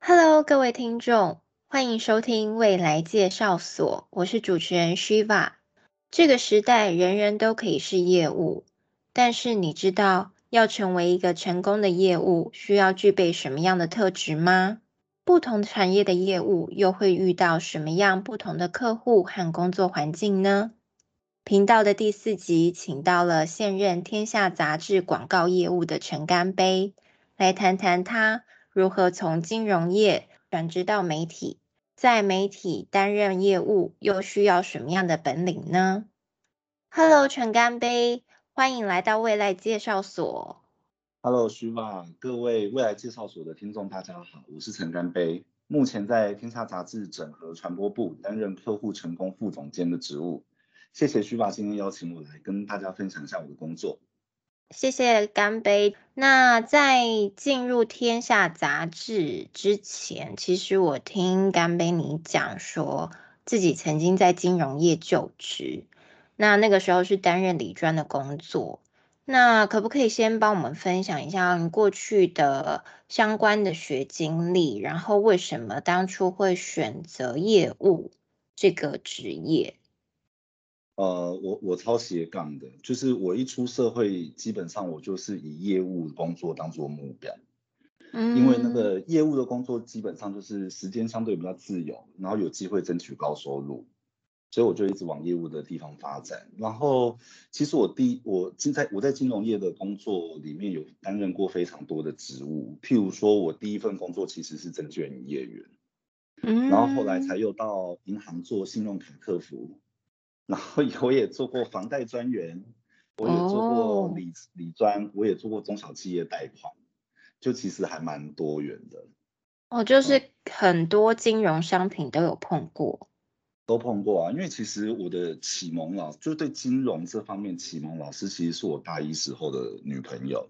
Hello，各位听众，欢迎收听未来介绍所，我是主持人 Shiva。这个时代，人人都可以是业务，但是你知道要成为一个成功的业务，需要具备什么样的特质吗？不同产业的业务又会遇到什么样不同的客户和工作环境呢？频道的第4集，请到了现任天下杂志广告业务的陈干杯，来谈谈他如何从金融业转职到媒体，在媒体担任业务又需要什么样的本领呢？Hello，陈干杯，欢迎来到未来介绍所。 Hello，徐马，各位未来介绍所的听众，大家好，我是陈干杯，目前在天下杂志整合传播部担任客户成功副总监的职务。谢谢徐马今天邀请我来跟大家分享一下我的工作。 谢谢干杯。那在进入天下杂志之前，其实我听干杯你讲说自己曾经在金融业就职，那个时候是担任理专的工作。那可不可以先帮我们分享一下你过去的相关的学经历，然后为什么当初会选择业务这个职业？ 我超斜杠的，就是我一出社会，基本上我就是以业务工作当做目标，因为那嗯。 个业务的工作基本上就是时间相对比较自由，然后有机会争取高收入。所以我就一直往业务的地方发展。然后，其实我在金融业的工作里面有担任过非常多的职务，譬如说，我第一份工作其实是证券营业员，然后后来才嗯。 又到银行做信用卡客服，然后我也做过房贷专员，我也做过哦。 理专，我也做过中小企业贷款，就其实还蛮多元的。 哦，就嗯。 是很多金融商品都有碰过。 都碰过啊，因为其实我的启蒙老就是对金融这方面启蒙老师，其实是我大一时候的女朋友，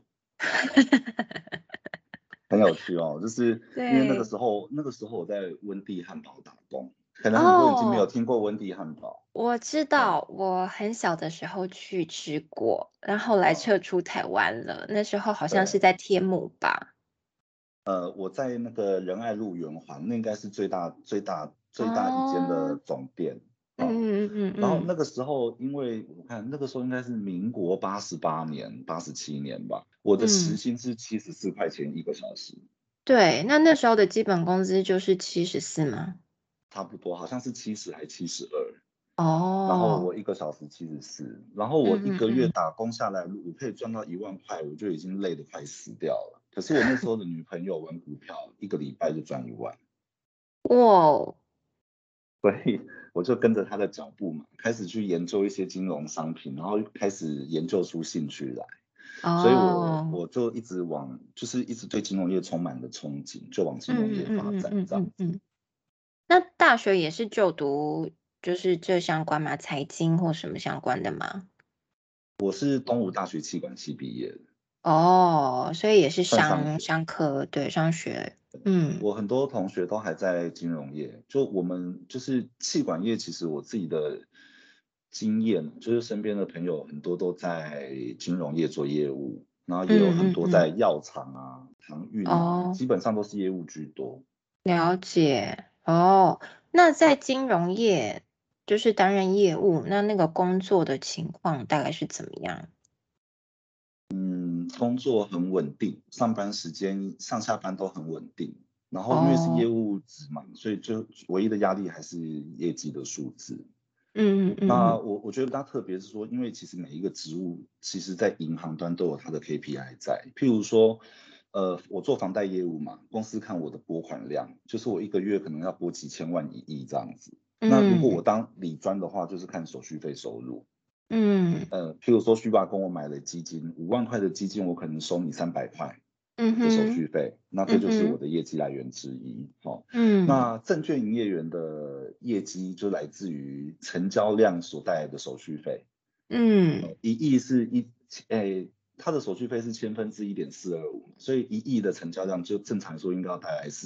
很有趣哦。就是因为那个对。 时候，那个时候我在温蒂汉堡打工，可能很多人已经没有哦， 听过温蒂汉堡。 我知嗯。 道，我很小的时候去吃过，然后后来撤出台湾了。那时候好像是对。 在天母吧？ 我在那个仁爱路圆环，那应该是最大一间的哦。 总店。哦。 嗯嗯嗯然后嗯那个时候，因为我看那个时候应该是民国88年、87年吧，我的时嗯。 薪是74块钱1个小时。 对，那时候的基本工资就是74吗？ 差不多，好像是70还72，然后哦。 我1个小时74，然后我一个月嗯嗯嗯。 打工下来，我可以赚到1万块，我就已经累得快死掉了。可是我那时候的女朋友玩股票，一个礼拜就赚1万， 哇。 所以我就跟着她的脚步嘛，开始去研究一些金融商品，然后开始研究出兴趣来。所以我哦。 我就就是一直对金融业充满了憧憬，就往金融嗯嗯业发嗯嗯展这样子。 嗯嗯嗯。那大学也是就读就是这相关吗？财经或什么相关的吗？ 我是东吴大学企管系毕业的， 哦，所以也是商算商学。 商科，对，商学。嗯。 我很多同学都还在金融业，就我们就是企管业，其实我自己的经验，就是身边的朋友很多都在金融业做业务，然后也有很嗯嗯嗯。 多在药厂啊、航运啊， 哦， 基本上都是业务居多。 了解。哦，那在金融业就是担任业务，那个工作的情况大概是怎么样？ 嗯，工作很稳定，上班时间上下班都很稳定，然后因为是业哦。 务职嘛，所以就唯一的压力还是业绩的数字。 嗯嗯嗯那嗯。 我觉得比较特别是说，因为其实每一个职务，其实在银行端都有它的 KPI 在。譬如说，我做房贷业务嘛，公司看我的拨款量，就是我一个月可能要拨几千万、1亿这样子。那如果我嗯当理专的话，就是看手续费收入。 嗯譬如说，徐爸跟我买了基金5万块的基金，我可能收你300块嗯的手续哼费，那这就是我嗯哼的业绩来源之一。 嗯那证券营业员的业绩就来自于成交量所带来的手续费。 嗯。 1亿是它的手续费是1/1000.425，所以1亿的成交量就正常说应该要带来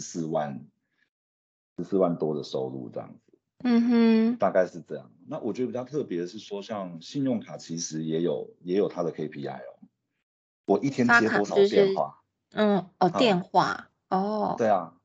14万多的收入这样子， 嗯哼。 大概是这样。那我觉得比较特别的是说，像信用卡其实也有它的 KPI 哦，我一天发卡接多少就是电话哦， 啊？ 电话哦。 对啊，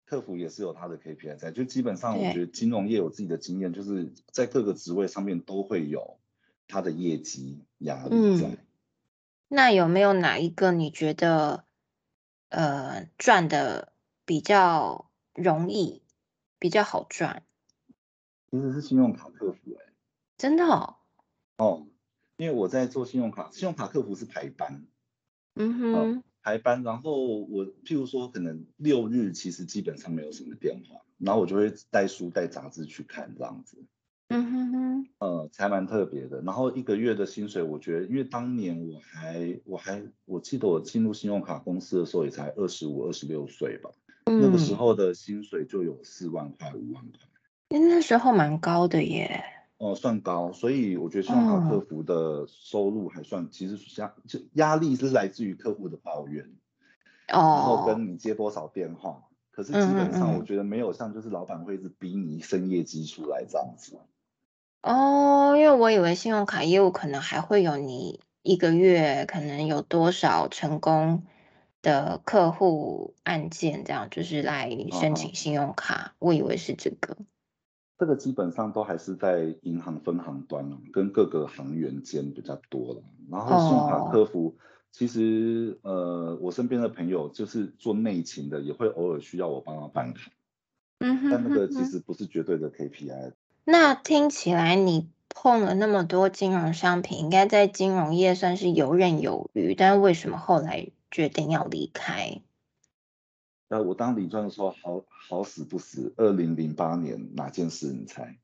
客服也是有他的 KPI 在，就基本上我觉对， 得金融业有自己的经验，就是在各个职位上面都会有他的业绩压力在。 那有没有哪一个你觉得赚的比较容易，比较好赚？ 其实是信用卡客服真的哦， 因为我在做信用卡客服是排班， 嗯哼， 排班，然后我譬如说可能6日其实基本上没有什么电话，然后我就会带书带杂志去看这样子。 嗯哼哼， 才蛮特别的。然后一个月的薪水，我觉得，因为当年我记得我进入信用卡公司的时候也才25、26岁吧，那个时嗯， 候的薪水就有4万块、5万块， 那时候蛮高的耶。 算高。所以我觉得信用卡客哦， 服的收入还算，其实就压力是来自于客户的抱怨，然后哦， 跟你接多少电话。可是基本上我嗯嗯嗯， 觉得没有像就是老板会一直逼你升业绩出来这样子。 哦，因为我以为信用卡业务可能还会有你一个月可能有多少成功的客户案件，这样就是来申请信用卡，我以为是这个。 这个基本上都还是在银行分行端了，跟各个行员间比较多了。然后信用卡哦， 客服，其实我身边的朋友就是做内勤的，也会偶尔需要我帮他办卡， 嗯哼但那个其哼哼。 实不是绝对的 KPI。 那听起来你碰了那么多金融商品，应该在金融业算是游刃有余，但为什么后来决定要离开？ 我当理专的时候，好死不死，2008年哪件事你猜？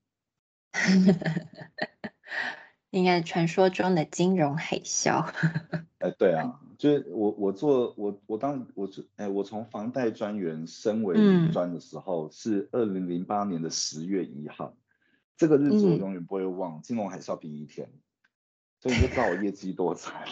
应该是传说中的金融海啸。 对啊，就是我做我当我是我从房贷专员升为理嗯专的时候是2008年的10月1号，这个日子我嗯， 永远不会忘，金融海啸第一天，所以你就知道我业绩多惨，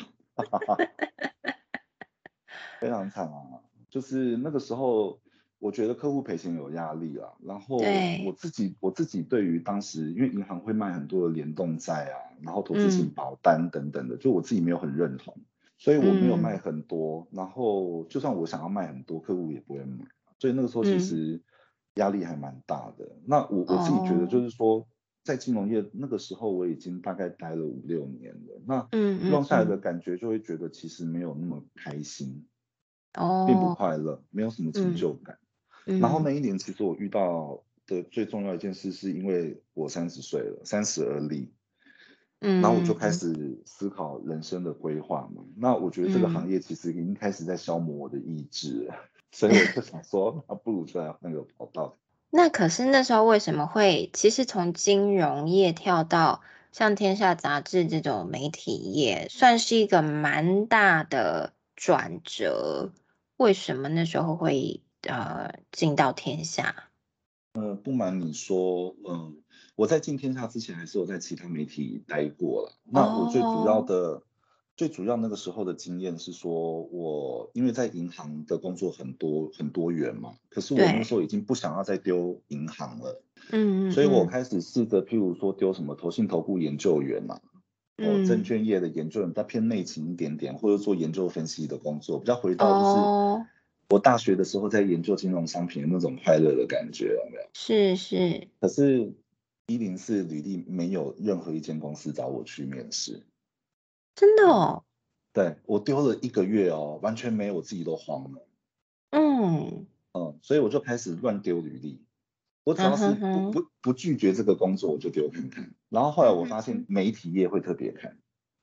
非常惨啊！就是那个时候，我觉得客户赔钱有压力啊，然后我对， 自己对于当时因为银行会卖很多的联动债啊，然后投资型嗯保单等等的，就我自己没有很认同。所以我没有卖嗯很多，然后就算我想要卖很多，客户也不会买，所以那个时候其嗯， 实压力还蛮大的。那我自己觉得就哦， 是说，在金融业那个时候我已经大概待了5、6年了，那嗯嗯 run 下来的嗯， 感觉就会觉得其实没有那么开心，并不哦， 快乐，没有什么成嗯就感。然后嗯那一年其实我遇到的最重要一件事，是因为我30岁了，30而立，然后我就开嗯始思考人生的规划嘛。那我觉得这个行嗯。 业其实已经开始在消磨我的意志了，所以我就想说，那不如出来换个跑道。 那可是那时候为什么会，其实从金融业跳到像天下杂志这种媒体业，算是一个蛮大的转折。为什么那时候会进到天下？ 不瞒你说，我在进天下之前，还是有在其他媒体待过了。那我哦， 最主要那个时候的经验是说，我因为在银行的工作很多元嘛，可是我那个时对， 候已经不想要再丢银行了，所以我嗯嗯开始试着，譬如说丢什么投信投顾研究员嘛，证嗯券业的研究员，比较偏内勤一点点，或者做研究分析的工作，比较回嗯， 到就是哦， 我大学的时候在研究金融商品的那种快乐的感觉，有没有？ 是是， 可是104履历没有任何一间公司找我去面试， 真的哦， 对，我丢了1个月哦，完全没有，我自己都慌了， 嗯所以我就开始乱丢履历。我只嗯要是哼哼， 不拒绝这个工作，我就丢看看。然后后来嗯我发现哼哼， 媒体业会特别看，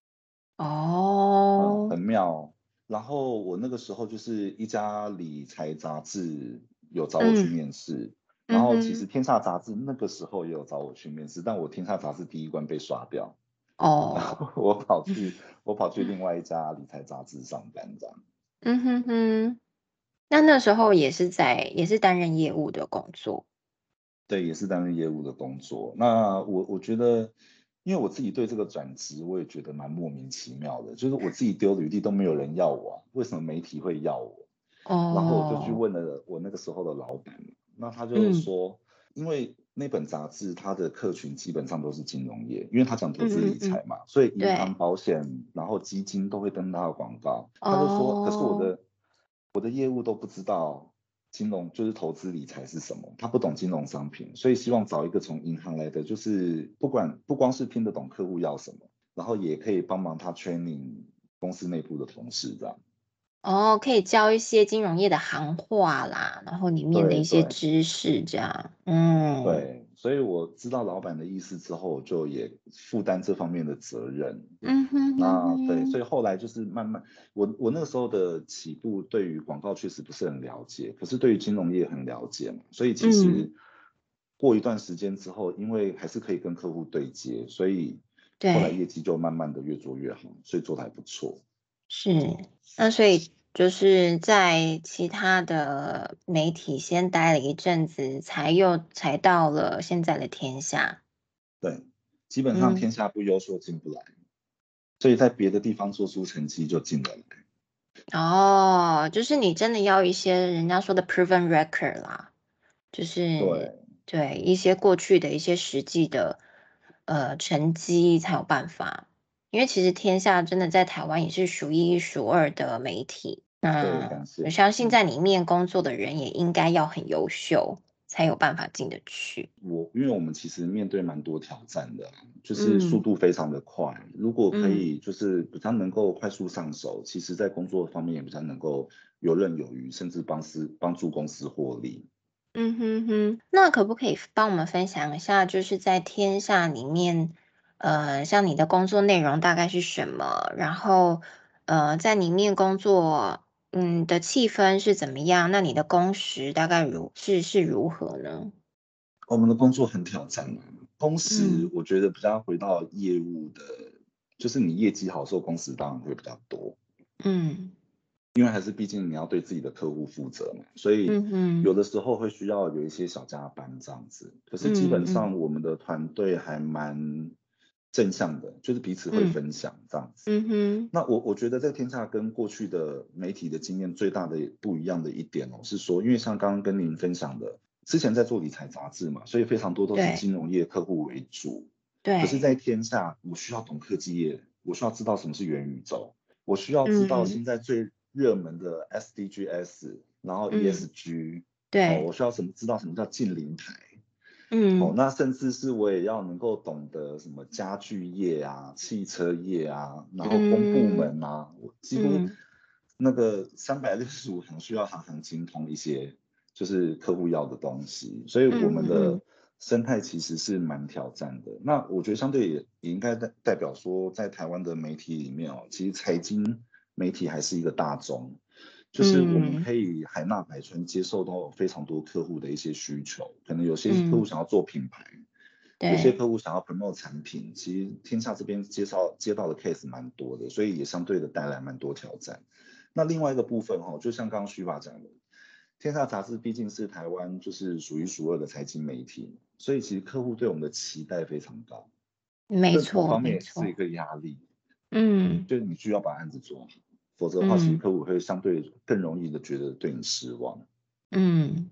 哦， 很妙哦。然后我那个时候就是一家理财杂志有找我去嗯面试，然后其实嗯哼。 天下杂志那个时候也有找我去面试，但我天下杂志第一关被刷掉。然哦， 后我跑去另外一家理财杂志上班，这样。 嗯哼哼，那时候也是担任业务的工作， 对，也是担任业务的工作。那我觉得，因为我自己对这个转职，我也觉得蛮莫名其妙的，就是我自己丢履历都没有人要我啊，为什么媒体会要我？然后我就去哦， 问了我那个时候的老板，那他就嗯说，因为那本杂志它的客群基本上都是金融业，因为他讲投资嗯嗯嗯， 理财嘛，所以银对， 行、保险，然后基金都会登他的广告。他就说，可是我哦， 的业务都不知道金融就是投资理财是什么，他不懂金融商品，所以希望找一个从银行来的，就是不光是听得懂客户要什么，然后也可以帮忙他 training 公司内部的同事这样。 哦，可以教一些金融业的行话啦，然后里面的一些对对知识这样。嗯对，所以我知道老板的意思之后，就也负担这方面的责任。 嗯哼哼那对，所哼， 以后来就是慢慢，我那个时候的起步对于广告确实不是很了解，可是对于金融业很了解嘛，所以其嗯， 实过一段时间之后，因为还是可以跟客户对接，所以后来对。 业绩就慢慢的越做越好，所以做的还不错。 是，那所以就是在其他的媒体先待了一阵子，才到了现在的天下。 对，基本上嗯， 天下不优秀进不来，所以在别的地方做出成绩就进得来。 哦，就是你真的要一些人家说的 proven record 啦，就是对对一些过去的一些实际的成绩才有办法。因为其实天下真的在台湾也是数一数二的媒体。 对， 嗯， 感谢。 我相信嗯。 在里面工作的人也应该要很优秀，才有办法进得去。 因为我们其实面对蛮多挑战的啊，就是速嗯度非常的快。如果可嗯以就是比较能够快速上手，其实在工作方面也比较能够游刃有余，甚至帮助公司获利。 嗯哼哼，那可不可以帮我们分享一下，就是在天下里面，像你的工作内容大概是什么？然后，在里面工作，的气氛是怎么样？那你的工时大概是如何呢？ 我们的工作很挑战啊，工时嗯我觉得比较回到业务的，就是你业绩好的时候，工时当然会比较多。 嗯因为还是毕竟你要对自己的客户负责嘛，所以嗯嗯有的时候会需要有一些小加班这样子。可是基本上嗯嗯我们的团队还蛮正向的，就是彼此会嗯分享这样子。 嗯哼， 那我觉得在天下跟过去的媒体的经验最大的不一样的一点哦，是说，因为像刚刚跟您分享的，之前在做理财杂志嘛，所以非常多都是对金融业客户为主。可是， 对， 在天下，我需要懂科技业，我需要知道什么是元宇宙，我需要知道嗯现在最热门的 SDGs，然后嗯 ESG，哦， 对， 我需要知道什么叫近零排，哦， 嗯那甚至是我也要能够懂得什么家具业啊、汽车业啊，然后公部嗯门啊，我几乎嗯那个365行需要行行精通一些，就是客户要的东西，所以我们的嗯嗯生态其实是蛮挑战的。那我觉得相对也应该代表说，在台湾的媒体里面哦，其实财经媒体还是一个大宗。就是我们嗯可以海纳百川，接受到非常多客户的一些需求。可能有些客户嗯， 想要做品牌，有些对。 客户想要 promote 产品。其实天下这边接到的 case 蛮多的，所以也相对的带来蛮多挑战。那另外一个部分哈，就像刚刚徐法讲的，天下杂志毕竟是台湾就是数一数二的财经媒体，所以其实客户对我们的期待非常高。这某没错， 方面没错。 也是一个压力， 嗯就是你需要把案子做好，否则的话，其实嗯客户会相对更容易的觉得对你失望。 嗯，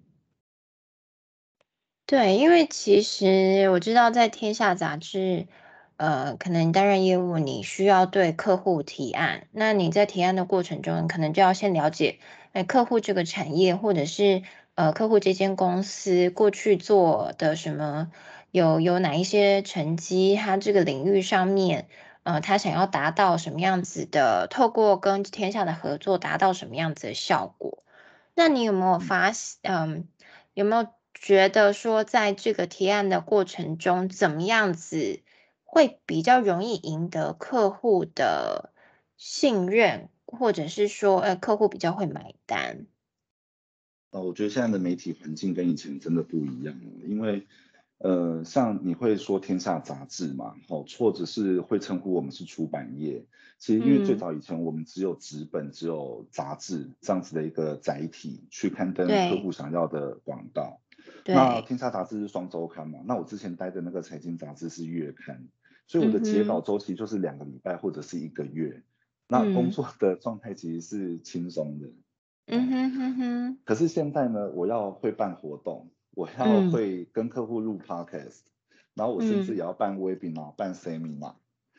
对，因为其实我知道在天下杂志，可能担任业务，你需要对客户提案。那你在提案的过程中，可能就要先了解，哎，客户这个产业，或者是客户这间公司过去做的什么，有哪一些成绩，他这个领域上面，他想要达到什么样子的，透过跟天下的合作，达到什么样子的效果。那你有没有嗯， 有没有觉得说，在这个提案的过程中，怎么样子会比较容易赢得客户的信任，或者是说，客户比较会买单？ 我觉得现在的媒体环境跟以前真的不一样了，因为像你会说天下杂志嘛，哦，或者是会称呼我们是出版业。其实因为最嗯， 早以前我们只有纸本、只有杂志这样子的一个载体去刊登客对户想要的广告。那对， 天下杂志是双周刊嘛，那我之前待的那个财经杂志是月刊，所以我的截稿嗯哼， 周期就是2个礼拜或者是1个月。那工嗯作的状态其实是轻松的。哦， 嗯哼哼哼， 可是现在呢，我要会办活动，我要嗯会跟客户录 podcast，然后我甚至嗯也要办 webinar、办 seminar。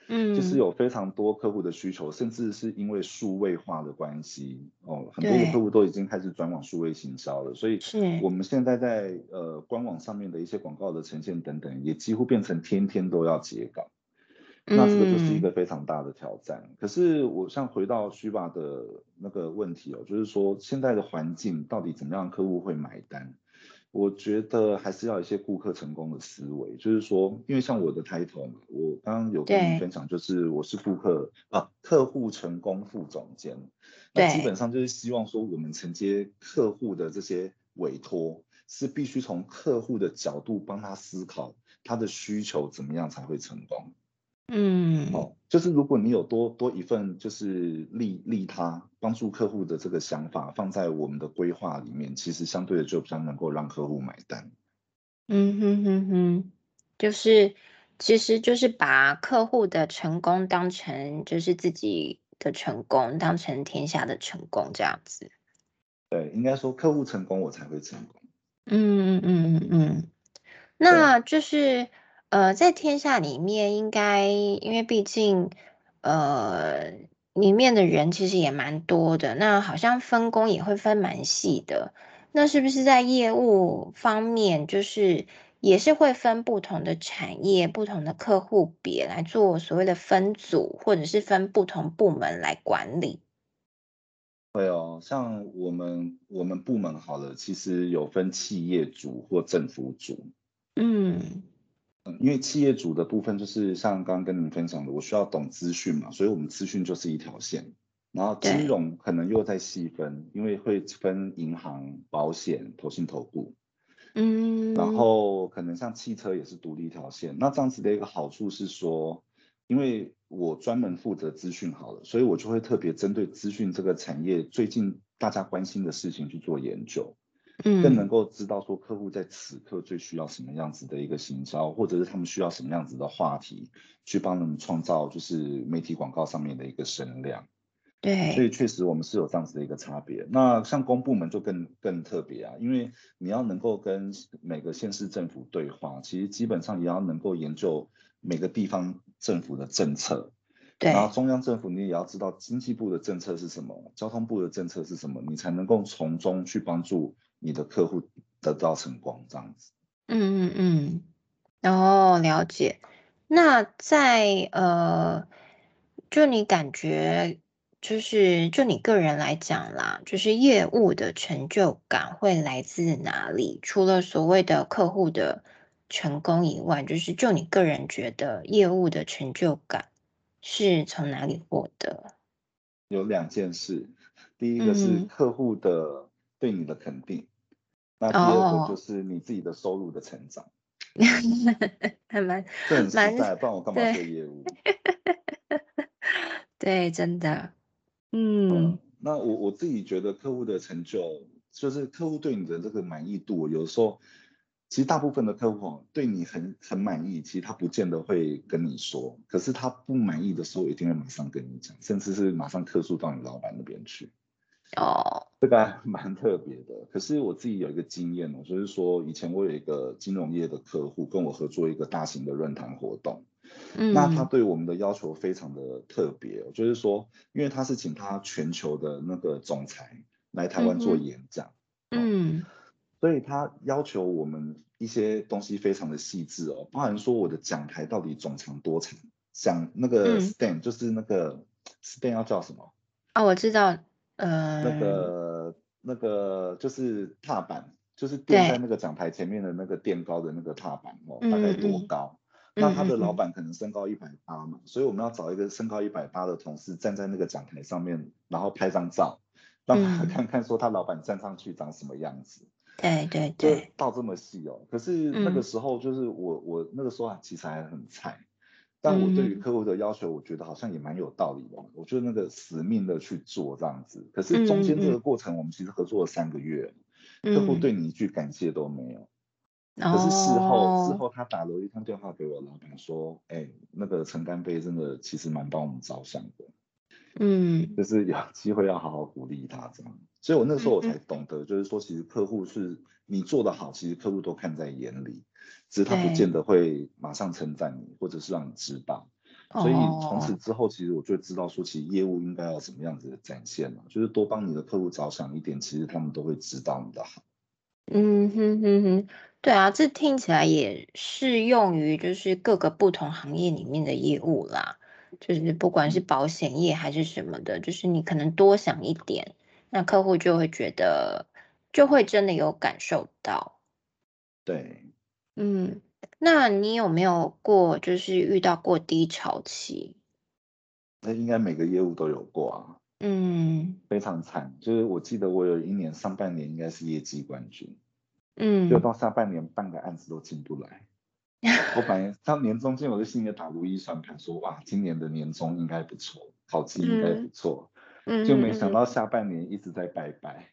就是嗯， 有非常多客户的需求，甚至是因为数位化的关系，很多的客对， 户都已经开始转往数位行销了，所以是， 我们现在在官网上面的一些广告的呈现等等，也几乎变成天天都要截稿。那这个就是一个嗯， 非常大的挑战。可是我像回到虚吧的那个问题就是说现在的环境到底怎么样客户会买单？我觉得还是要有一些顾客成功的思维，就是说，因为像我的 title 嘛，我刚刚有跟您对分享，就是我是客户成功副总监，那基对， 本上就是希望说我们承接客户的这些委托，是必须从客户的角度帮他思考他的需求怎么样才会成功。 嗯就是如果你有多一份就是利他帮助客户的这个想法放在我们的规划里面，其实相对的就比较能够让客户买单。 嗯哼哼哼，就是其实就是把客户的成功当成就是自己的成功，当成天下的成功这样子。 对，应该说客户成功我才会成功。 嗯嗯嗯嗯嗯。 对， 那就是在天下里面，应该因为毕竟呃里面的人其实也蛮多的，那好像分工也会分蛮细的。那是不是在业务方面，就是也是会分不同的产业、不同的客户别来做所谓的分组，或者是分不同部门来管理？ 会哦，像我们部门好了，其实有分企业组或政府组。 嗯， 因为企业组的部分就是像刚刚跟您分享的，我需要懂资讯嘛，所以我们资讯就是一条线。然后金对， 融可能又在细分，因为会分银行、保险、投信、投顾。然嗯， 后可能像汽车也是独立一条线。那这样子的一个好处是说，因为我专门负责资讯好了，所以我就会特别针对资讯这个产业最近大家关心的事情去做研究。更能嗯， 够知道说客户在此刻最需要什么样子的一个行销，或者是他们需要什么样子的话题，去帮他们创造就是媒体广告上面的一个声量。所以对， 确实我们是有这样子的一个差别。那像公部门就更特别啊，因为你要能够跟每个县市政府对话，其实基本上也要能够研究每个地方政府的政策。然后对。 中央政府你也要知道经济部的政策是什么，交通部的政策是什么，你才能够从中去帮助你的客户得到成功，这样子。 嗯嗯嗯，哦，了解。那在就你感觉，就你个人来讲啦，就是业务的成就感会来自哪里？除了所谓的客户的成功以外，就你个人觉得业务的成就感是从哪里获得？ 有两件事，第一个是嗯， 客户的对你的肯定，那第二个就哦， 是你自己的收入的成长。 还蛮这很实蛮在，不然我干嘛对。 做业务？ 对，真的，嗯那我自己觉得客户的成就，就是客户对你的这个满意度，有时候其实大部分的客户对你很满意，其实他不见得会跟你说，可是他不满意的时候，一定会马上跟你讲，甚至是马上客诉到你老板那边去。 哦， 这个还蛮特别的。可是我自己有一个经验就是说以前我有一个金融业的客户跟我合作一个大型的论坛活动，那他嗯对我们的要求非常的特别就是说，因为他是请他全球的那个总裁来台湾做嗯哼， 演讲，哦， 嗯所以他要求我们一些东西非常的细致包含说我的讲台到底总长多长，讲那个嗯， stand 就是那个 stand 要叫什么？ 哦，我知道， 那个就是踏板，就是垫在对， 那个讲台前面的那个垫高的那个踏板大概嗯嗯多高？那他的老嗯嗯嗯， 板可能身高180嘛，所以我们要找一个身高180的同事站在那个讲台上面，然后拍张照，让他嗯， 看看说他老板站上去长什么样子。 对对就对， 到这么细可是那个嗯时候就是我那个时候其实还很菜，但我对于嗯客户的要求，我觉得好像也蛮有道理的。我就那个死命的去做这样子，可是中间这个嗯嗯过程，我们其实合作了3个月，客户嗯， 对你一句感谢都没有。可是事哦， 后他打了一通电话给我老板说，哎，那个陈干杯真的其实蛮帮我们着想的。 嗯就是有机会要好好鼓励他这样。所以我那时候我才嗯嗯， 懂得，就是说其实客户是你做得好，其实客户都看在眼里，只是他不对， 见得会马上称赞你，或者是让你知道。 所以从此哦， 之后，其实我就知道说，其实业务应该要怎么样子的展现嘛，就是多帮你的客户着想一点，其实他们都会知道你的好。 嗯哼哼哼，对啊，这听起来也适用于就是各个不同行业里面的业务啦，就是不管是嗯， 保险业还是什么的，就是你可能多想一点，那客户就会觉得，就会真的有感受到。 对， 嗯，那你有没有过就是遇到过低潮期？ 那应该每个业务都有过啊， 嗯非常惨。就是我记得我有一年上半年应该是业绩冠军，就嗯， 到下半年半个案子都进不来。我本来到年中间我就心里打如意算盘，说哇，今年的年终应该不错，考绩应该不嗯错，就没想嗯嗯， 到下半年一直在拜拜，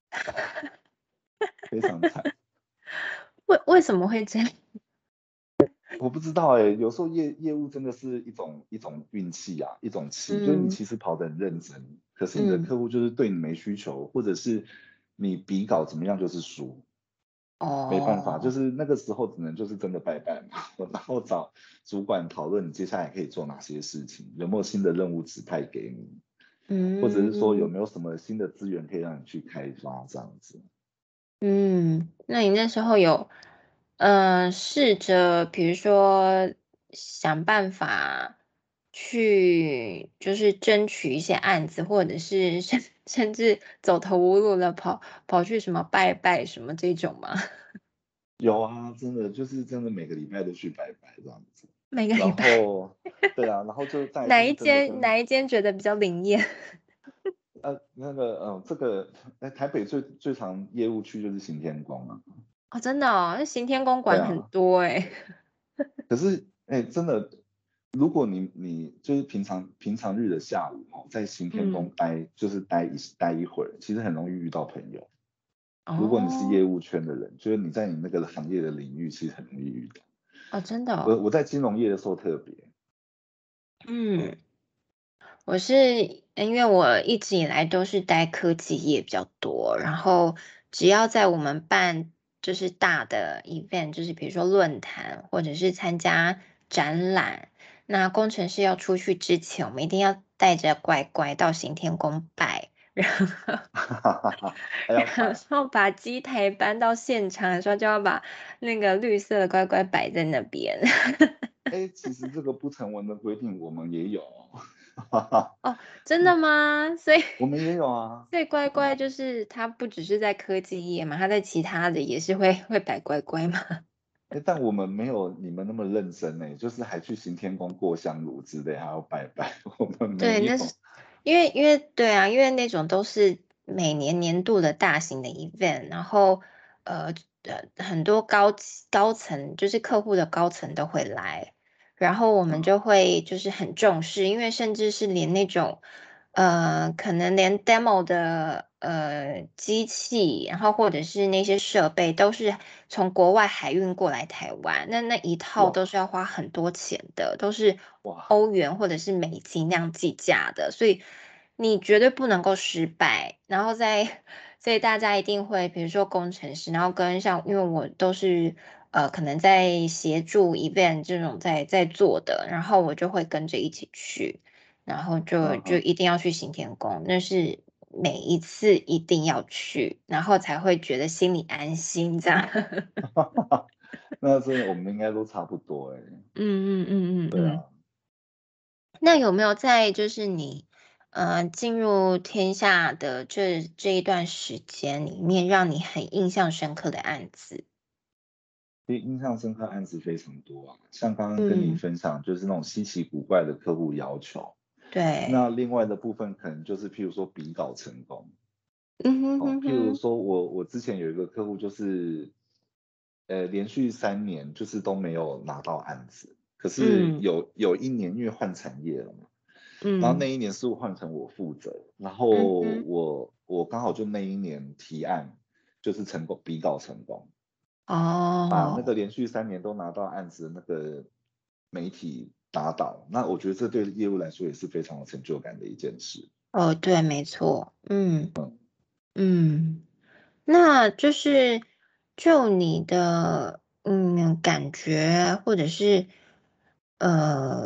非常惨。 为什么会这样？ 我不知道哎、有时候业务真的是一种运气啊，一种气，就是你嗯其实跑得很认真，可是你的嗯， 客户就是对你没需求，或者是你比稿怎么样就是输，没办法，就哦， 是那个时候只能就是真的拜拜嘛，然后找主管讨论你接下来可以做哪些事情，有没有新的任务指派给你，或者是说有嗯没有什么新的资源可以让你去开发这样子。 嗯，那你那时候有试着比如说想办法去就是争取一些案子，或者是甚至走投无路了跑去什么拜拜什么这种吗？ 有啊，真的就是真的每个礼拜都去拜拜这样子。 每个礼然拜后，对啊，然后就再来就是哪一真的跟间哪一间觉得比较灵验？ 那个这个台北最常业务区就是行天宫啊， 哦，真的哦，那行天公馆很对啊， 多诶。 可是真的，如果你就是平常日的下午在行天宫嗯， 就是待一会儿，其实很容易遇到朋友。如果你是哦业务圈的人，就是你在你那个行业的领域，其实很容易遇到。 哦，真的哦， 我在金融业的时候特别。 嗯。我是因为我一直以来都是待科技业比较多，然后只要在我们办就是大的 event，就是比如说论坛或者是参加展览，那工程师要出去之前，我们一定要带着乖乖到行天宫拜，然后还要然摆。 后把机台搬到现场的时候，就要把那个绿色的乖乖摆在那边。 其实这个不成文的规定我们也有， 哦，真的吗？所以， 我们也有啊。 所以乖乖对啊， 就是他不只是在科技业嘛，他在其他的也是会摆乖乖嘛。 但我们没有你们那么认真呢，就是还去行天宫过香炉之类，还要拜拜，我们对， 没有。 那是因为对啊，因为那种都是每年年度的大型的 event，然后呃很多高层就是客户的高层都会来，然后我们嗯就会就是很重视，因为甚至是连那种可能连 demo 的机器，然后或者是那些设备都是从国外海运过来台湾，那一套都是哇要花很多钱的，都是哇， 欧元或者是美金那样计价的，所以你绝对不能够失败。然后所以大家一定会，比如说工程师，然后跟像，因为我都是可能在协助 event 这种在做的，然后我就会跟着一起去。然后就嗯哼， 一定要去行天宫，那是每一次一定要去，然后才会觉得心里安心这样。 那真的我们应该都差不多嗯嗯嗯嗯嗯。 对啊。 那有没有在就是你进入天下的这一段时间里面，让你很印象深刻的案子？ 其实印象深刻案子非常多啊，像刚刚跟你嗯， 分享，就是那种稀奇古怪的客户要求。那对， 另外的部分可能就是譬如说比稿成功。 嗯哼哦， 哼哼， 譬如说我之前有一个客户，就是连续3年就是都没有拿到案子，可是嗯有一年因为换产业了嘛，然后嗯那一年是换成我负责，然后嗯哼， 我刚好就那一年提案就是成功比稿成功，把那个哦连续3年都拿到案子的那个媒体打倒，那我觉得这对业务来说也是非常有成就感的一件事。 哦，对，没错，嗯嗯。那就是就你的感觉，或者是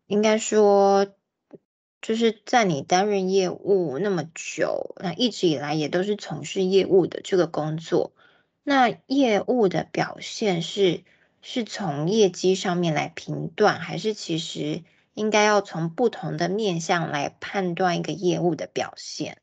应该说，就是在你担任业务那么久，那一直以来也都是从事业务的这个工作。那业务的表现是从业绩上面来评断，还是其实应该要从不同的面向来判断一个业务的表现？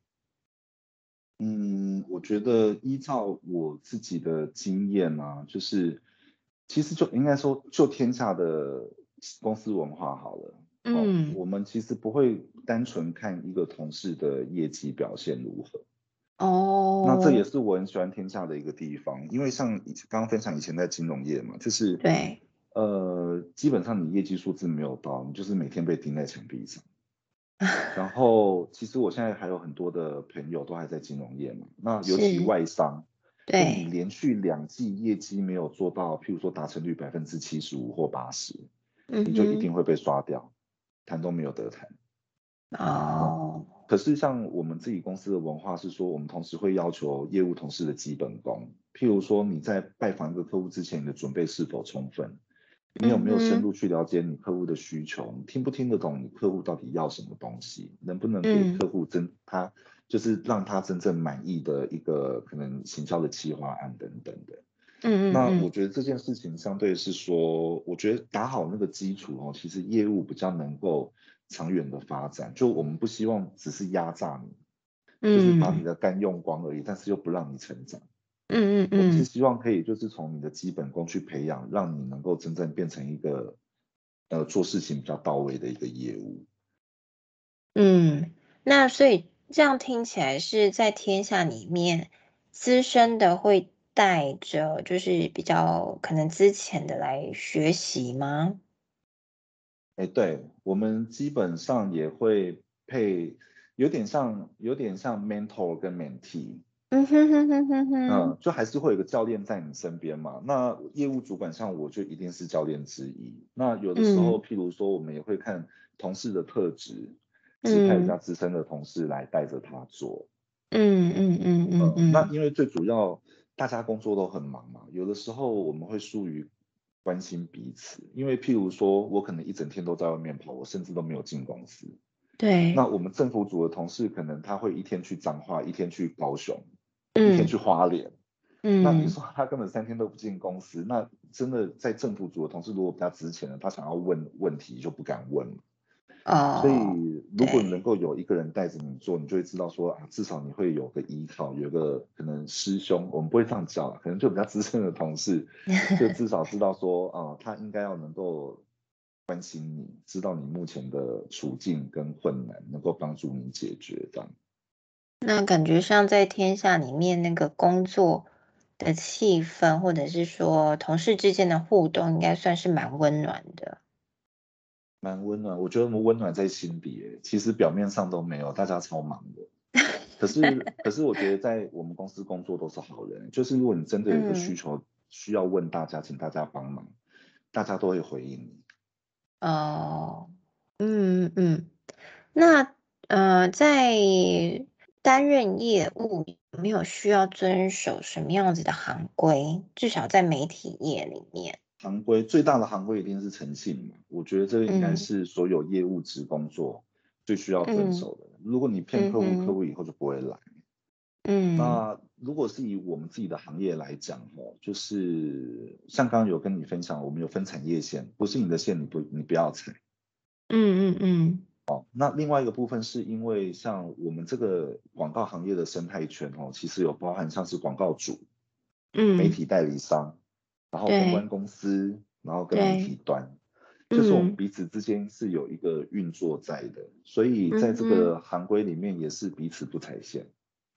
我觉得依照我自己的经验啊，就是其实就应该说，就天下的公司文化好了，哦， 嗯， 我们其实不会单纯看一个同事的业绩表现如何。那这也哦， 是我很喜欢天下的一个地方，因为像刚刚分享以前在金融业嘛，就是对， 基本上你业绩数字没有到，你就是每天被钉在墙壁上。然后其实我现在还有很多的朋友都还在金融业嘛，那尤其是， 外商，就你对， 连续2季业绩没有做到，譬如说达成率75%或80%，你就一嗯哼， 定会被刷掉，谈都没有得谈。哦， 哦， 可是像我们自己公司的文化是说，我们同时会要求业务同事的基本功，譬如说你在拜访一个客户之前，你的准备是否充分？你有没有深嗯哼， 入去了解你客户的需求？你听不听得懂你客户到底要什么东西？能不能给嗯客户他就是让他真正满意的一个可能行销的企划案等等的。那我嗯嗯嗯。 觉得这件事情相对是说，我觉得打好那个基础哦，其实业务比较能够长远的发展。就我们不希望只是压榨你，就是把你嗯的肝用光而已，但是又不让你成长。 嗯嗯嗯我们是希望可以就是从你的基本功去培养，让你能够真正变成一个做事情比较到位的一个业务。 嗯，那所以这样听起来是在天下里面，资深的会带着就是比较可能资浅的来学习吗？ 哎，对，我们基本上也会配，有点像 mentor 跟 mentee。 嗯哼哼哼哼哼， 就还是会有一个教练在你身边嘛。那业务主管像我就一定是教练之一。那有的时候， 嗯譬如说，我们也会看同事的特质，指派比较嗯资深的同事来带着他做。 嗯嗯嗯嗯那嗯， 因为最主要大家工作都很忙嘛，有的时候我们会疏于关心彼此。因为譬如说，我可能一整天都在外面跑，我甚至都没有进公司。那对， 我们政府组的同事可能他会一天去彰化，一天去高雄，一天去嗯花莲。那你嗯， 说他根本3天都不进公司，那真的在政府组的同事如果比较值钱的，他想要问问题就不敢问了。所哦， 以如果能对， 够有一个人带着你做，你就会知道说啊，至少你会有个依靠，有个可能师兄，我们不会这样叫啊，可能就比较资深的同事，就至少知道说啊，他应该要能够关心你，知道你目前的处境跟困难，能够帮助你解决这样。 那感觉上在天下里面那个工作的气氛，或者是说同事之间的互动，应该算是蛮温暖的。 蛮温暖，我觉得我们温暖在心底耶，其实表面上都没有，大家超忙的。可是我觉得在我们公司工作都是好人，就是如果你真的有一个需嗯， 求需要问大家，请大家帮忙，大家都会回应你。 哦，嗯嗯，那在担任业务有没有需要遵守什么样子的行规？至少在媒体业里面， 行规最大的行规一定是诚信嘛，我觉得这个应该嗯是所有业务职工作最需要遵嗯守的。如果你骗客户，客嗯哼， 户以后就不会来。 嗯那如果是以我们自己的行业来讲，就是像刚刚有跟你分享，我们有分产业线，不是你的线你不要踩。 嗯嗯嗯那另外一个部分是因为像我们这个广告行业的生态圈其实有包含像是广告主、媒嗯， 体代理商，然后公关对公司，然后跟媒体对， 端，就是我们嗯彼此之间是有一个运作在的，所以在这嗯哼， 个行规里面也是彼此不踩线，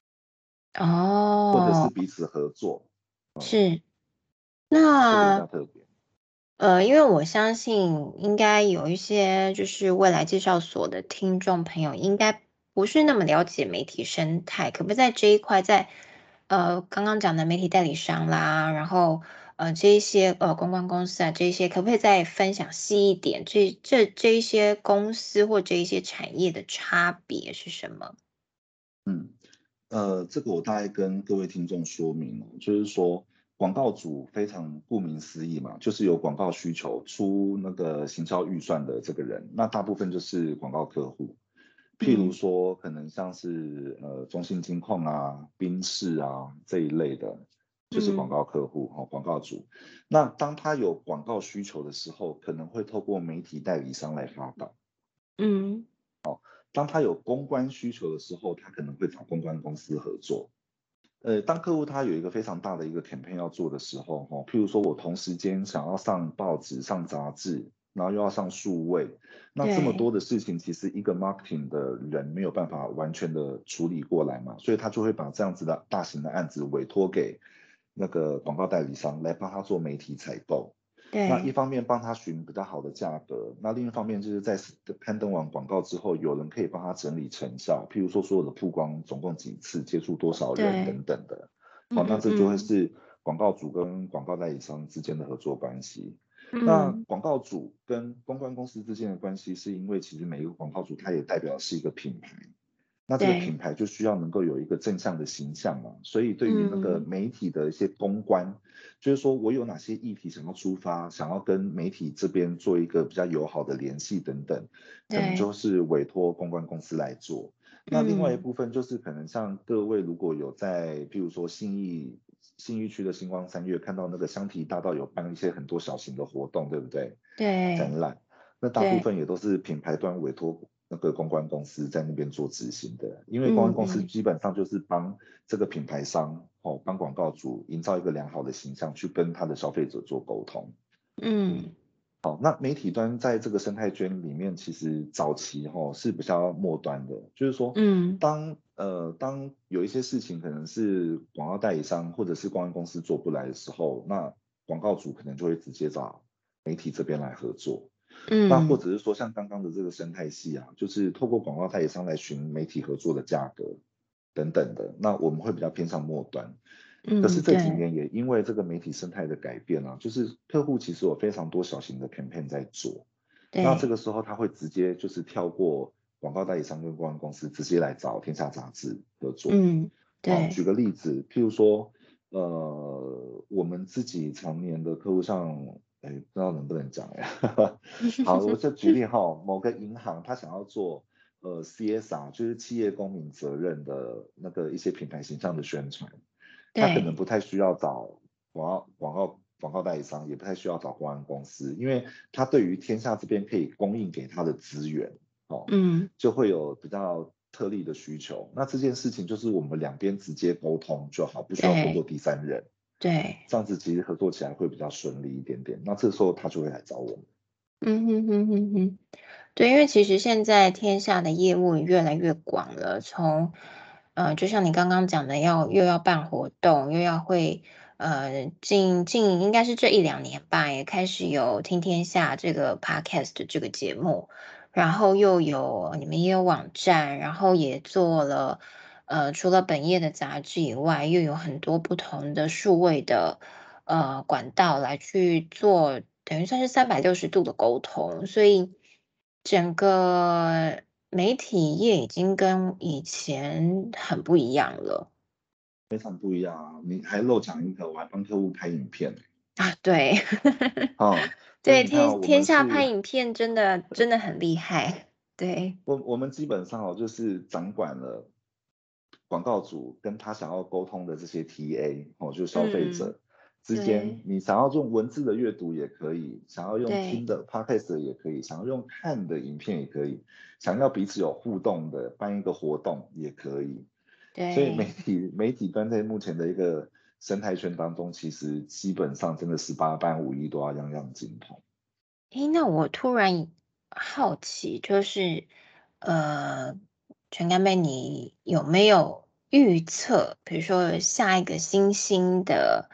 或者是哦， 彼此合作， 是。 这个比那较特别。 因为我相信应该有一些就是未来介绍所的听众朋友，应该不是那么了解媒体生态，可不可以在这一块，在刚刚讲的媒体代理商啦，然后这一些公关公司啊，这一些可不可以再分享细一点？这一些公司或这一些产业的差别是什么？ 嗯。这个我大概跟各位听众说明了，就是说， 广告主非常顾名思义嘛，就是有广告需求出那个行销预算的这个人，那大部分就是广告客户。譬如嗯说，可能像是中信金控啊、宾士啊这一类的，就是广嗯告客户广告主。那当他有广告需求的时候，可能会透过媒体代理商来发导。 嗯， 当他有公关需求的时候，他可能会找公关公司合作。当客户他有一个非常大的一个 campaign 要做的时候，譬如说我同时间想要上报纸、上杂志，然后又要上数位，那这么多对的事情，其实一个 marketing 的人没有办法完全的处理过来嘛，所以他就会把这样子的大型的案子委托给那个广告代理商来帮他做媒体采购。那一对方面帮他寻比较好的价格，那另一方面就是在刊登完广告之后，有人可以帮他整理成效，譬如说所有的曝光总共几次，接触多少人对， 等等的。好，那嗯嗯这就会嗯是广告主跟广告代理商之间的合作关系。那嗯， 广告主跟公关公司之间的关系，是因为其实每一个广告主他也代表是一个品牌。那这个品对， 牌就需要能够有一个正向的形象嘛，所以对于那个嗯媒体的一些公关，就是说我有哪些议题想要出发，想要跟媒体这边做一个比较友好的联系等等，可能就对， 是委托公关公司来做。那另外一嗯部分就是可能像各位如果有在，譬如说信义区的星光三月看到那个香缇大道有办一些很多小型的活动，对不对？展对览。那大部对， 分也都是品牌端委托那个公关公司在那边做执行的，因为公关公司嗯嗯基本上就是帮这个品牌商帮广告主营造一个良好的形象，去跟他的消费者做沟通。 嗯好，那媒体端在这个生态圈里面，其实早期是比较末端的，就是说嗯， 当有一些事情可能是广告代理商或者是公关公司做不来的时候，那广告主可能就会直接找媒体这边来合作。那或嗯者是说像刚刚的这个生态系啊，就是透过广告代理商来寻媒体合作的价格等等的，那我们会比较偏向末端。可是嗯， 这几对年也因为这个媒体生态的改变啊，就是客户其实有非常多小型的 campaign 在做，那这对， 个时候他会直接就是跳过广告代理商跟公关公司，直接来找天下杂志合作。 嗯好， 对， 举个例子，譬如说，我们自己常年的客户像，哎，不知道能不能讲呀？好，我就举例哈，某个银行它想要做CSR，就是企业公民责任的那个一些品牌形象的宣传，它可能对不太需要找广告代理商，也不太需要找公关公司，因为它对于天下这边可以供应给它的资源，哦， 嗯就会有比较特例的需求。那这件事情就是我们两边直接沟通就好，不需要透过对第三人， 对， 这样子其实合作起来会比较顺利一点点。那这时候他就会来找我们。 嗯哼哼哼哼。对，因为其实现在天下的业务越来越广了，就像你刚刚讲的，又要办活动，又要会近应该是这一两年吧，也开始有听天下这个 podcast 这个节目，然后又有你们也有网站，然后也做了除了本业的杂志以外，又有很多不同的数位的管道来去做，等于算是360度的沟通，所以整个媒体业已经跟以前很不一样了非常不一样啊！你还漏讲一个，我还帮客户拍影片呢。 啊。对， 哦，所以对， 你看哦，我天下拍们是， 影片真的很厉害。对， 我们基本上就是掌管了广告主跟他想要沟通的这些 TA 就是消费嗯， 者之间， 对你想要用文字的阅读也可以，想要用听对的 podcast 也可以，想要用看的影片也可以，想要彼此有互动的办一个活动也可以。所以媒对。 体媒体端在目前的一个生态圈当中，其实基本上真的18般武艺都要样样精通。 诶，那我突然好奇，就是呃，全干妹，你有没有预测，比如说下一个新兴的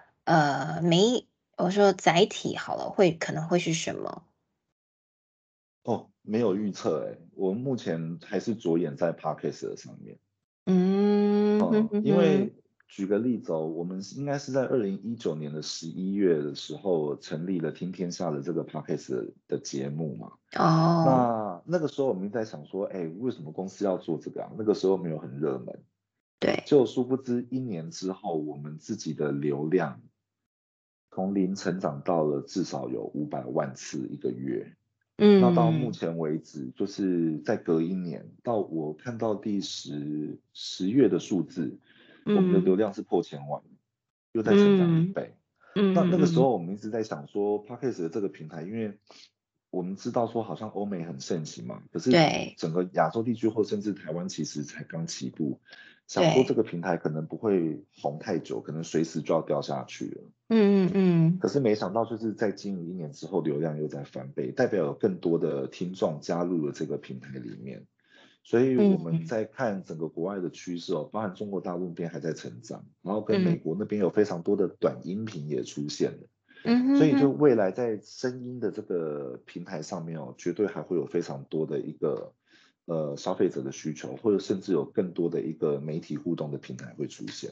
我说载体好了，可能会是什么？ 哦，没有预测哎，我目前还是着眼在 podcast 的上面。 嗯哼哼哼， 因为举个例子哦，我们应该是在2019年的11月的时候成立了听天下的这个 podcast 的节目嘛。 哦， 那个时候我们在想说，哎，为什么公司要做这个啊？那个时候没有很热门。 对， 就殊不知1年之后，我们自己的流量从零成长到了至少有500万次一个月。那到目嗯前为止，就是再隔1年，到我看到10月的数字，我们的流嗯量是破1000万，又在成长嗯 1倍。那个时嗯候我们一直在想说 Podcast 的这个平台，因为我们知道说好像欧美很盛行嘛，可是对整个亚洲地区或甚至台湾其实才刚起步，想说这对， 个平台可能不会红太久，可能随时就要掉下去了。可嗯是没想到，就是在经营1年之后，流量又在翻倍，代表有更多的听众加入了这个平台里面。所以我们嗯在看整个国外的趋势哦，包含中国大陆那边还在成长，然后跟美嗯国那边有非常多的短音频也出现了。所以就嗯哼哼， 未来在声音的这个平台上面哦，绝对还会有非常多的一个消费者的需求，或者甚至有更多的一个媒体互动的平台会出现。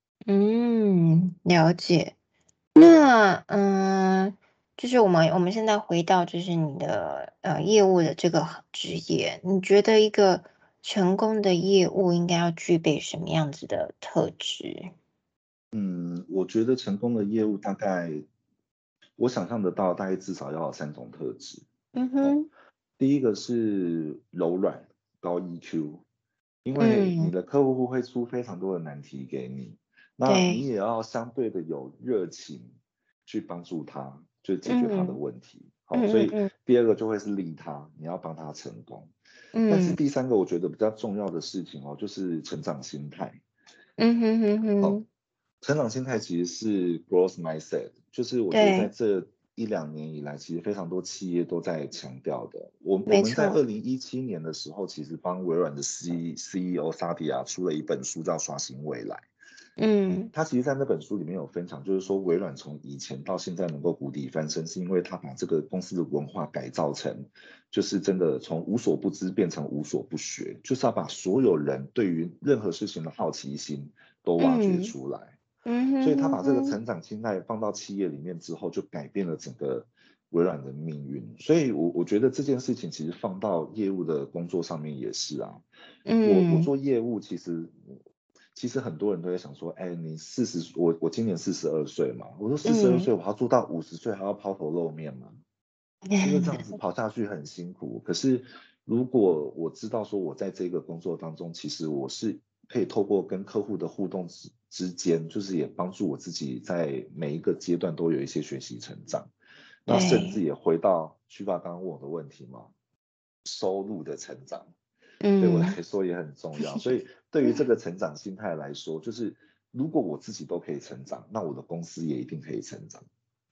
了解。那就是我们现在回到就是你的业务的这个职业，你觉得一个成功的业务应该要具备什么样子的特质？ 我觉得成功的业务大概，我想象得到，大概至少要有3种特质。哦， 嗯哼， 第一个是柔软高 EQ，因为你嗯， 的客户会出非常多的难题给你，那你对， 也要相对的有热情去帮助他，就解决他的嗯问题。好，所以嗯嗯第二个就会是利他，你要帮他成功。但是嗯第三个我觉得比较重要的事情哦，就是成长心态。 嗯哼哼好， 哼， 成长心态其实是 growth mindset，就是我觉得在对， 这1、2年以来，其实非常多企业都在强调的。我们在没错， 2017年的时候，其实帮微软的 CEO 萨迪亚出了一本书，叫《刷新未来》。 嗯他其实，在那本书里面有分享，就是说微软从以前到现在能够谷底翻身，是因为他把这个公司的文化改造成，就是真的从无所不知变成无所不学，就是要把所有人对于任何事情的好奇心都挖掘嗯出来。 嗯哼所以他把这个哼哼， 成长心态放到企业里面之后，就改变了整个微软的命运。所以我觉得这件事情其实放到业务的工作上面也是啊。我嗯做业务，其实很多人都在想说，哎，你我今年42岁嘛，我说42岁嗯， 我要做到50岁还要抛头露面吗？因为这样子跑下去很辛苦。可是如果我知道说我在这个工作当中，其实我是可以透过跟客户的互动之间，就是也帮助我自己在每一个阶段都有一些学习成长。那甚至对， 也回到徐爸刚刚问我的问题嘛，收入的成长对我嗯。 来说也很重要。所以对于这个成长心态来说，就是如果我自己都可以成长，那我的公司也一定可以成长。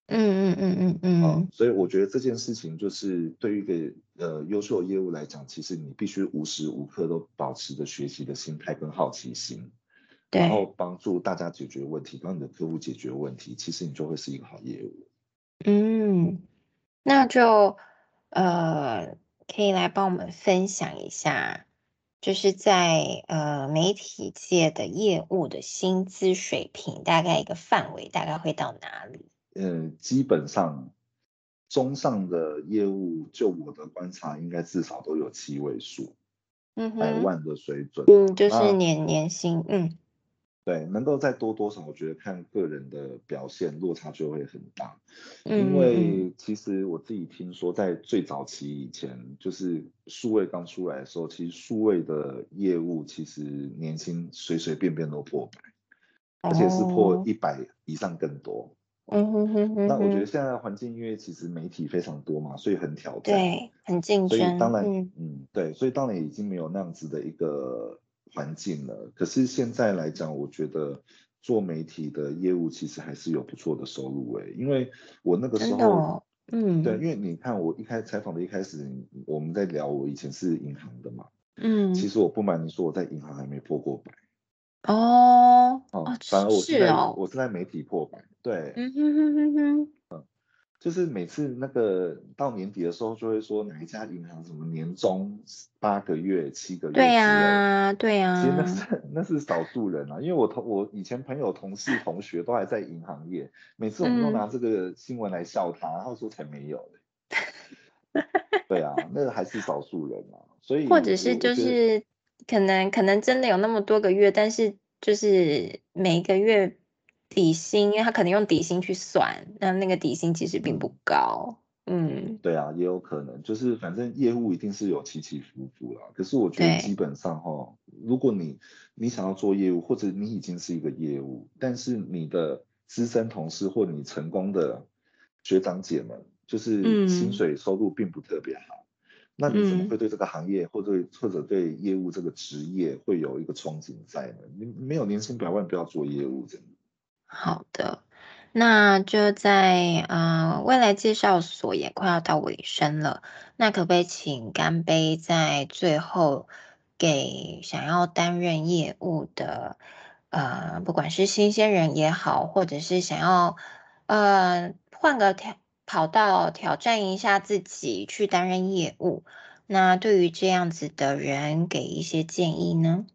所以我觉得这件事情就是对于一个优秀的业务来讲，其实你必须无时无刻都保持着学习的心态跟好奇心，然后对， 帮助大家解决问题，帮你的客户解决问题，其实你就会是一个好业务。 嗯，那就可以来帮我们分享一下，就是在媒体界的业务的薪资水平，大概一个范围大概会到哪里？ 基本上中上的业务，就我的观察，应该至少都有7位数， 嗯哼， 百万的水准嗯， 啊。 就是那年薪， 对，能够再多多少，我觉得看个人的表现，落差就会很大。因嗯嗯为其实我自己听说，在最早期以前，就是数位刚出来的时候，其实数位的业务其实年薪随随便便都破百， 嗯， 而且是破哦， 100以上更多。 嗯哼哼哼那我觉得哼， 现在的环境，因为其实媒体非常多嘛，所以很挑战。 对，很竞所以当争， 然，对，所以当然已经没有那样子的一个环境了。可是现在来讲，我觉得做媒体的业务其实还是有不错的收入诶，因为我那个时候， 真的哦， 对，因为你看我采访的一开始，我们在聊我以前是银行的嘛，其嗯， 实我不瞒你说，我在银行还没破过百哦哦， 哦，反而我是是哦， 在媒体破百，对。 嗯哼哼哼哼。 就是每次那个到年底的时候，就会说哪一家银行什么年终8个月、7个月对之类。 呀，对其实那呀， 是那是少数人啊，因为我以前朋友、同事、同学都还在银行业，每次我们都嗯， 拿这个新闻来笑他，他说才没有嘞。对啊，那个还是少数人啊，所以或者是我觉得就是可能真的有那么多个月，但是就是每个月底薪，因为他可能用底薪去算，那个底薪其实并不高。 对啊，也有可能，就是反正业务一定是有起起伏伏啦。可是我觉得基对， 本上哈，如果你想要做业务，或者你已经是一个业务，但是你的资深同事或你成功的学长姐们，就是薪嗯水收入并不特别好，那你怎么嗯。 会对这个行业或者对业务这个职业会有一个憧憬在呢？你没有年薪百万，不要做业务，真的。 好的，那就在未来介绍所也快要到尾声了，那可不可以请干杯在最后给想要担任业务的不管是新鲜人也好，或者是想要换个跑道挑战一下自己去担任业务，那对于这样子的人给一些建议呢？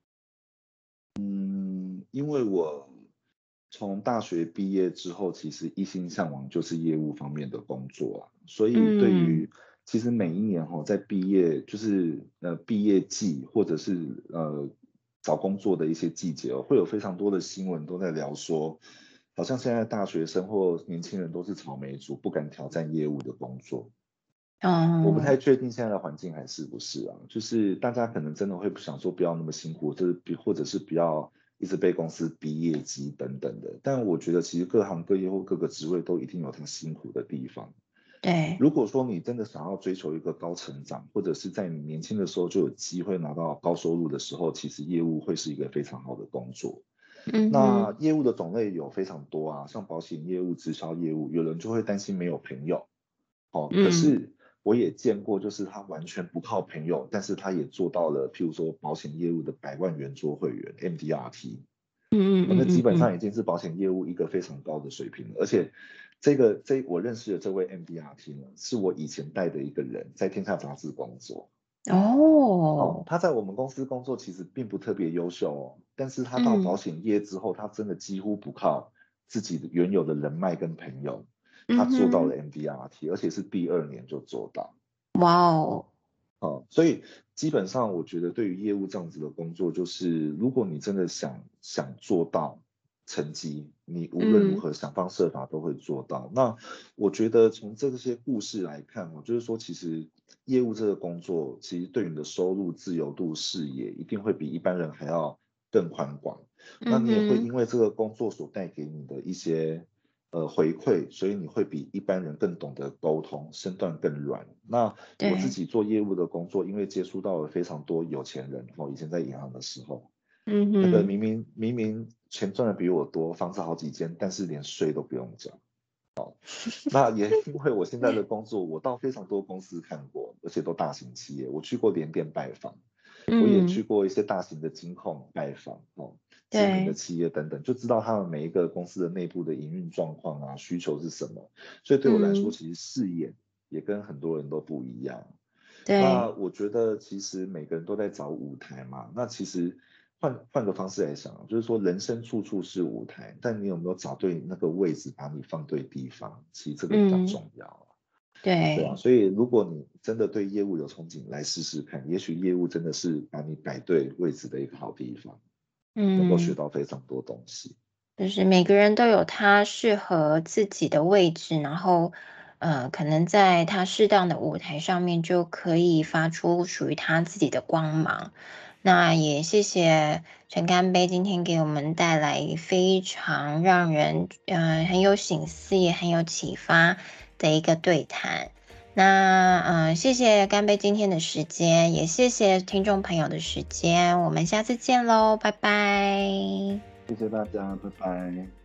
因为我从大学毕业之后，其实一心向往就是业务方面的工作啊，所以对嗯于其实每一年在毕业就是毕业季或者是找工作的一些季节会有非常多的新闻都在聊说，好像现在大学生或年轻人都是草莓族，不敢挑战业务的工作。我不哦， 太确定现在的环境还是不是啊，就是大家可能真的会不想说不要那么辛苦，或者是不要一直被公司逼业绩等等的。但我觉得其实各行各业或各个职位都一定有它辛苦的地方。 对， 如果说你真的想要追求一个高成长，或者是在你年轻的时候就有机会拿到高收入的时候，其实业务会是一个非常好的工作。 嗯哼， 那业务的种类有非常多啊，像保险业务、直销业务，有人就会担心没有朋友。可嗯是我也见过，就是他完全不靠朋友，但是他也做到了，譬如说保险业务的100万圆桌会员 MDRT， 嗯嗯那基本嗯嗯嗯。 上已经是保险业务一个非常高的水平了。而且我认识的这位 MDRT 呢，是我以前带的一个人，在天下杂志工作。 哦， 他在我们公司工作其实并不特别优秀但是他到保嗯险业之后，他真的几乎不靠自己的原有的人脉跟朋友，他嗯哼， 做到了 MDRT，而且是第2年就做到。 哇哦， 所以基本上我觉得对于业务这样子的工作，就是如果你真的想做到成绩，你无论如嗯何想方设法都会做到。那我觉得从这些故事来看，就是说其实业务这个工作，其实对你的收入、自由度、视野，一定会比一般人还要更宽广。那你也会嗯哼， 因为这个工作所带给你的一些回馈，所以你会比一般人更懂得沟通，身段更软。那我自对， 己做业务的工作，因为接触到了非常多有钱人，以前在银行的时候，那个嗯哼， 明明钱赚的比我多，房子好几间，但是连税都不用缴。那也因为我现在的工作，我到非常多公司看过，而且都大型企业，我去过联电拜访，我也去嗯， 过一些大型的金控拜访，知名的对， 企业等等，就知道他们每一个公司的内部的营运状况啊，需求是什么。所以对我来说， 嗯其实视野也跟很多人都不一样。那对， 我觉得其实每个人都在找舞台嘛。那其实换个方式来想，就是说人生处处是舞台，但你有没有找对那个位置，把你放对地方？其实这个比较嗯重要啊。对啊， 对， 所以如果你真的对业务有憧憬，来试试看，也许业务真的是把你摆对位置的一个好地方，能够学嗯。 到非常多东西。 就是每个人都有他适合自己的位置，然后，可能在他适当的舞台上面就可以发出属于他自己的光芒。那也谢谢陈干杯今天给我们带来非常让人很有省思也很有启发的一个对谈。那谢谢干杯今天的时间，也谢谢听众朋友的时间，我们下次见喽，拜拜。 谢谢大家，拜拜。